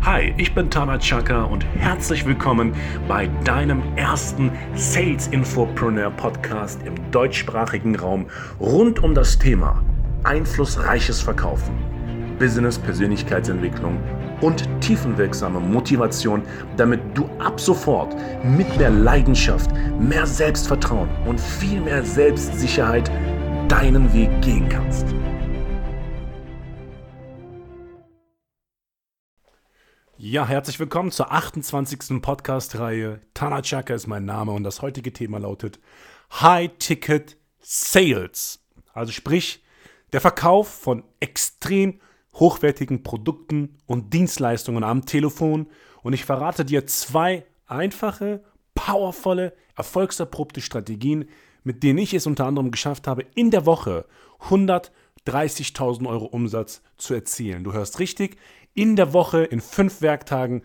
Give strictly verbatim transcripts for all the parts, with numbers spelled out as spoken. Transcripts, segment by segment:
Hi, ich bin Tana Chaka und herzlich willkommen bei deinem ersten Sales Infopreneur Podcast im deutschsprachigen Raum rund um das Thema einflussreiches Verkaufen, Business, Persönlichkeitsentwicklung und tiefenwirksame Motivation, damit du ab sofort mit mehr Leidenschaft, mehr Selbstvertrauen und viel mehr Selbstsicherheit deinen Weg gehen kannst. Ja, herzlich willkommen zur achtundzwanzigsten Podcast-Reihe. Tana Chaka ist mein Name und das heutige Thema lautet High-Ticket Sales. Also sprich, der Verkauf von extrem hochwertigen Produkten und Dienstleistungen am Telefon. Und ich verrate dir zwei einfache, powervolle, erfolgserprobte Strategien, mit denen ich es unter anderem geschafft habe, in der Woche hundertdreißigtausend Euro Umsatz zu erzielen. Du hörst richtig, in der Woche in fünf Werktagen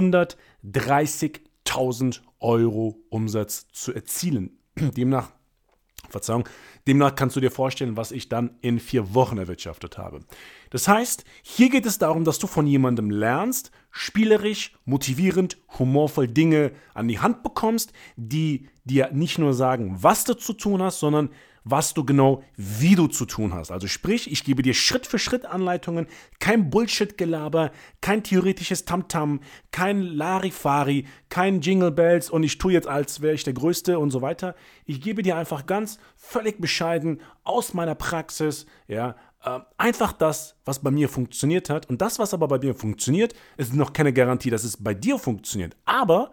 hundertdreißigtausend Euro Umsatz zu erzielen. Demnach, Verzeihung, demnach kannst du dir vorstellen, was ich dann in vier Wochen erwirtschaftet habe. Das heißt, hier geht es darum, dass du von jemandem lernst, spielerisch, motivierend, humorvoll Dinge an die Hand bekommst, die dir nicht nur sagen, was du zu tun hast, sondern was du genau, wie du zu tun hast. Also sprich, ich gebe dir Schritt für Schritt Anleitungen, kein Bullshit-Gelaber, kein theoretisches Tamtam, kein Larifari, kein Jingle Bells und ich tue jetzt, als wäre ich der Größte und so weiter. Ich gebe dir einfach ganz völlig bescheiden aus meiner Praxis, ja, äh, einfach das, was bei mir funktioniert hat. Und das, was aber bei mir funktioniert, ist noch keine Garantie, dass es bei dir funktioniert. Aber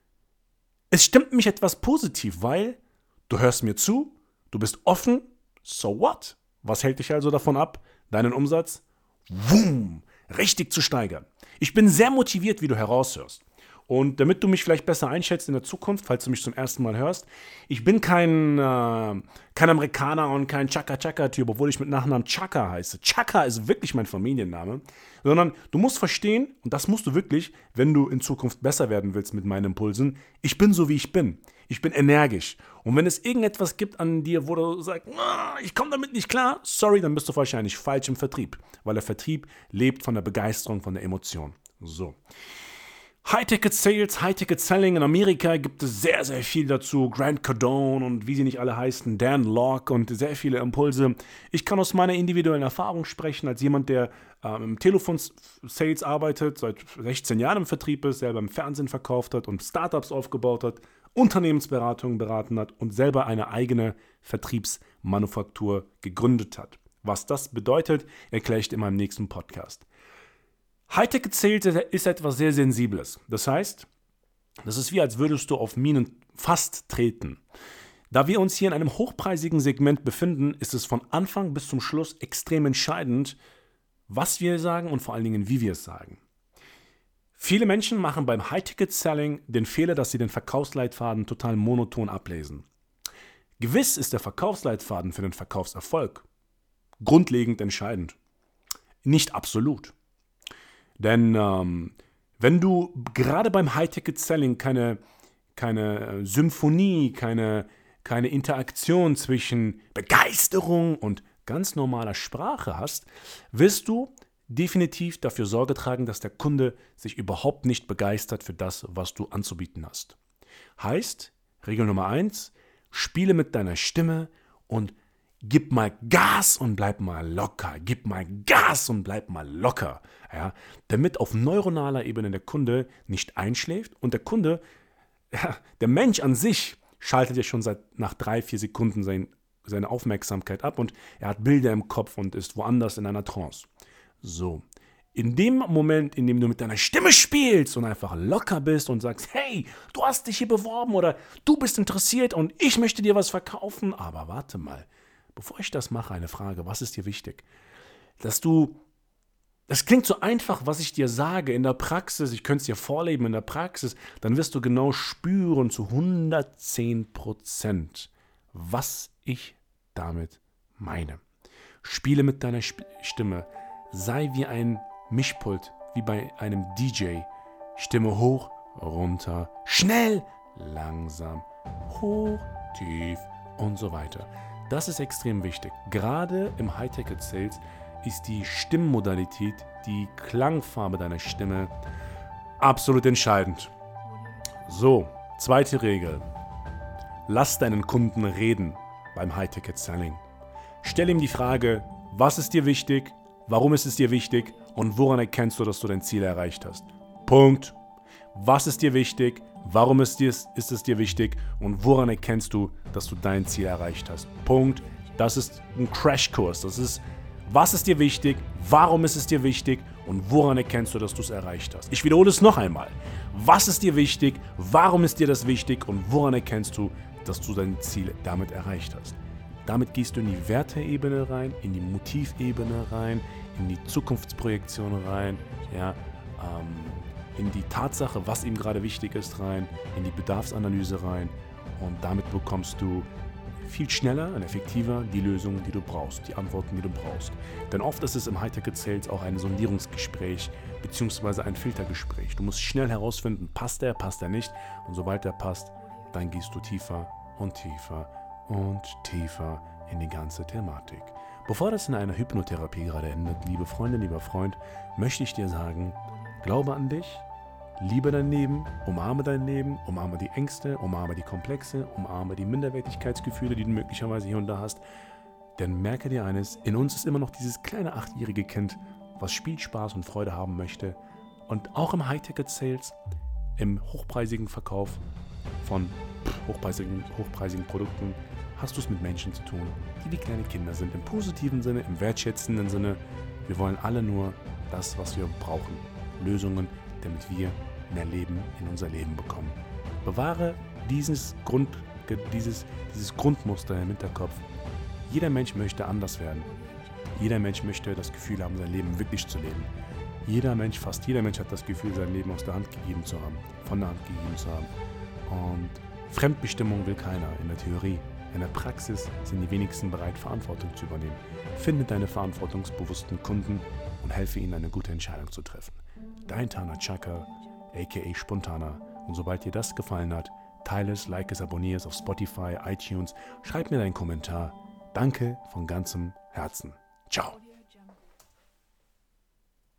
es stimmt mich etwas positiv, weil du hörst mir zu, du bist offen, so what? Was hält dich also davon ab, deinen Umsatz wumm, richtig zu steigern? Ich bin sehr motiviert, wie du heraushörst. Und damit du mich vielleicht besser einschätzt in der Zukunft, falls du mich zum ersten Mal hörst, ich bin kein, äh, kein Amerikaner und kein Chaka-Chaka-Typ, obwohl ich mit Nachnamen Chaka heiße. Chaka ist wirklich mein Familienname. Sondern du musst verstehen, und das musst du wirklich, wenn du in Zukunft besser werden willst mit meinen Impulsen, ich bin so, wie ich bin. Ich bin energisch. Und wenn es irgendetwas gibt an dir, wo du sagst, ah, ich komme damit nicht klar, sorry, dann bist du wahrscheinlich falsch im Vertrieb. Weil der Vertrieb lebt von der Begeisterung, von der Emotion. So. High-Ticket-Sales, High-Ticket-Selling. In Amerika gibt es sehr, sehr viel dazu. Grant Cardone und wie sie nicht alle heißen, Dan Lok und sehr viele Impulse. Ich kann aus meiner individuellen Erfahrung sprechen, als jemand, der ähm, im Telefon-Sales arbeitet, seit sechzehn Jahren im Vertrieb ist, selber im Fernsehen verkauft hat und Startups aufgebaut hat, Unternehmensberatungen beraten hat und selber eine eigene Vertriebsmanufaktur gegründet hat. Was das bedeutet, erkläre ich dir in meinem nächsten Podcast. High-Ticket Sales ist etwas sehr Sensibles. Das heißt, das ist wie, als würdest du auf Minen fast treten. Da wir uns hier in einem hochpreisigen Segment befinden, ist es von Anfang bis zum Schluss extrem entscheidend, was wir sagen und vor allen Dingen, wie wir es sagen. Viele Menschen machen beim High-Ticket-Selling den Fehler, dass sie den Verkaufsleitfaden total monoton ablesen. Gewiss ist der Verkaufsleitfaden für den Verkaufserfolg grundlegend entscheidend. Nicht absolut. Denn ähm, wenn du gerade beim High-Ticket-Selling keine, keine Symphonie, keine, keine Interaktion zwischen Begeisterung und ganz normaler Sprache hast, wirst du definitiv dafür Sorge tragen, dass der Kunde sich überhaupt nicht begeistert für das, was du anzubieten hast. Heißt, Regel Nummer eins, spiele mit deiner Stimme und gib mal Gas und bleib mal locker. Gib mal Gas und bleib mal locker. Ja, damit auf neuronaler Ebene der Kunde nicht einschläft und der Kunde, ja, der Mensch an sich, schaltet ja schon seit nach drei, vier Sekunden sein, seine Aufmerksamkeit ab und er hat Bilder im Kopf und ist woanders in einer Trance. So, in dem Moment, in dem du mit deiner Stimme spielst und einfach locker bist und sagst, hey, du hast dich hier beworben oder du bist interessiert und ich möchte dir was verkaufen, aber warte mal, bevor ich das mache, eine Frage, was ist dir wichtig? Dass du, das klingt so einfach, was ich dir sage in der Praxis, ich könnte es dir vorleben in der Praxis, dann wirst du genau spüren zu hundertzehn Prozent, was ich damit meine. Spiele mit deiner Sp- Stimme, sei wie ein Mischpult, wie bei einem D J. Stimme hoch, runter, schnell, langsam, hoch, tief und so weiter. Das ist extrem wichtig. Gerade im High-Ticket-Sales ist die Stimmmodalität, die Klangfarbe deiner Stimme Absolut entscheidend. So, zweite Regel. Lass deinen Kunden reden beim High-Ticket-Selling. Stell ihm die Frage, was ist dir wichtig, warum ist es dir wichtig und woran erkennst du, dass du dein Ziel erreicht hast. Punkt. Was ist dir wichtig, warum ist, dir, ist es dir wichtig und woran erkennst du, dass du dein Ziel erreicht hast. Punkt. Das ist ein Crashkurs. Das ist, was ist dir wichtig, warum ist es dir wichtig und woran erkennst du, dass du es erreicht hast. Ich wiederhole es noch einmal. Was ist dir wichtig, warum ist dir das wichtig und woran erkennst du, dass du dein Ziel damit erreicht hast. Damit gehst du in die Werteebene rein, in die Motivebene rein, in die Zukunftsprojektion rein, ja, ähm, in die Tatsache, was ihm gerade wichtig ist, rein, in die Bedarfsanalyse rein und damit bekommst du viel schneller und effektiver die Lösungen, die du brauchst, die Antworten, die du brauchst. Denn oft ist es im High-Ticket-Sales auch ein Sondierungsgespräch bzw. ein Filtergespräch. Du musst schnell herausfinden, passt er, passt er nicht und sobald er passt, dann gehst du tiefer und tiefer und tiefer in die ganze Thematik. Bevor das in einer Hypnotherapie gerade endet, liebe Freundin, lieber Freund, möchte ich dir sagen, glaube an dich, liebe dein Leben, umarme dein Leben, umarme die Ängste, umarme die Komplexe, umarme die Minderwertigkeitsgefühle, die du möglicherweise hier und da hast. Denn merke dir eines, in uns ist immer noch dieses kleine achtjährige Kind, was Spiel, Spaß und Freude haben möchte. Und auch im High-Ticket-Sales, im hochpreisigen Verkauf von hochpreisigen, hochpreisigen Produkten, hast du es mit Menschen zu tun, die wie kleine Kinder sind, im positiven Sinne, im wertschätzenden Sinne. Wir wollen alle nur das, was wir brauchen. Lösungen, damit wir mehr Leben in unser Leben bekommen. Bewahre dieses, Grund, dieses, dieses Grundmuster im Hinterkopf. Jeder Mensch möchte anders werden. Jeder Mensch möchte das Gefühl haben, sein Leben wirklich zu leben. Jeder Mensch, fast jeder Mensch hat das Gefühl, sein Leben aus der Hand gegeben zu haben, von der Hand gegeben zu haben. Und Fremdbestimmung will keiner in der Theorie. In der Praxis sind die wenigsten bereit, Verantwortung zu übernehmen. Finde deine verantwortungsbewussten Kunden und helfe ihnen, eine gute Entscheidung zu treffen. Dein Tana Chaka, aka Spontana. Und sobald dir das gefallen hat, teile es, like es, abonniere es auf Spotify, iTunes, schreib mir deinen Kommentar. Danke von ganzem Herzen. Ciao.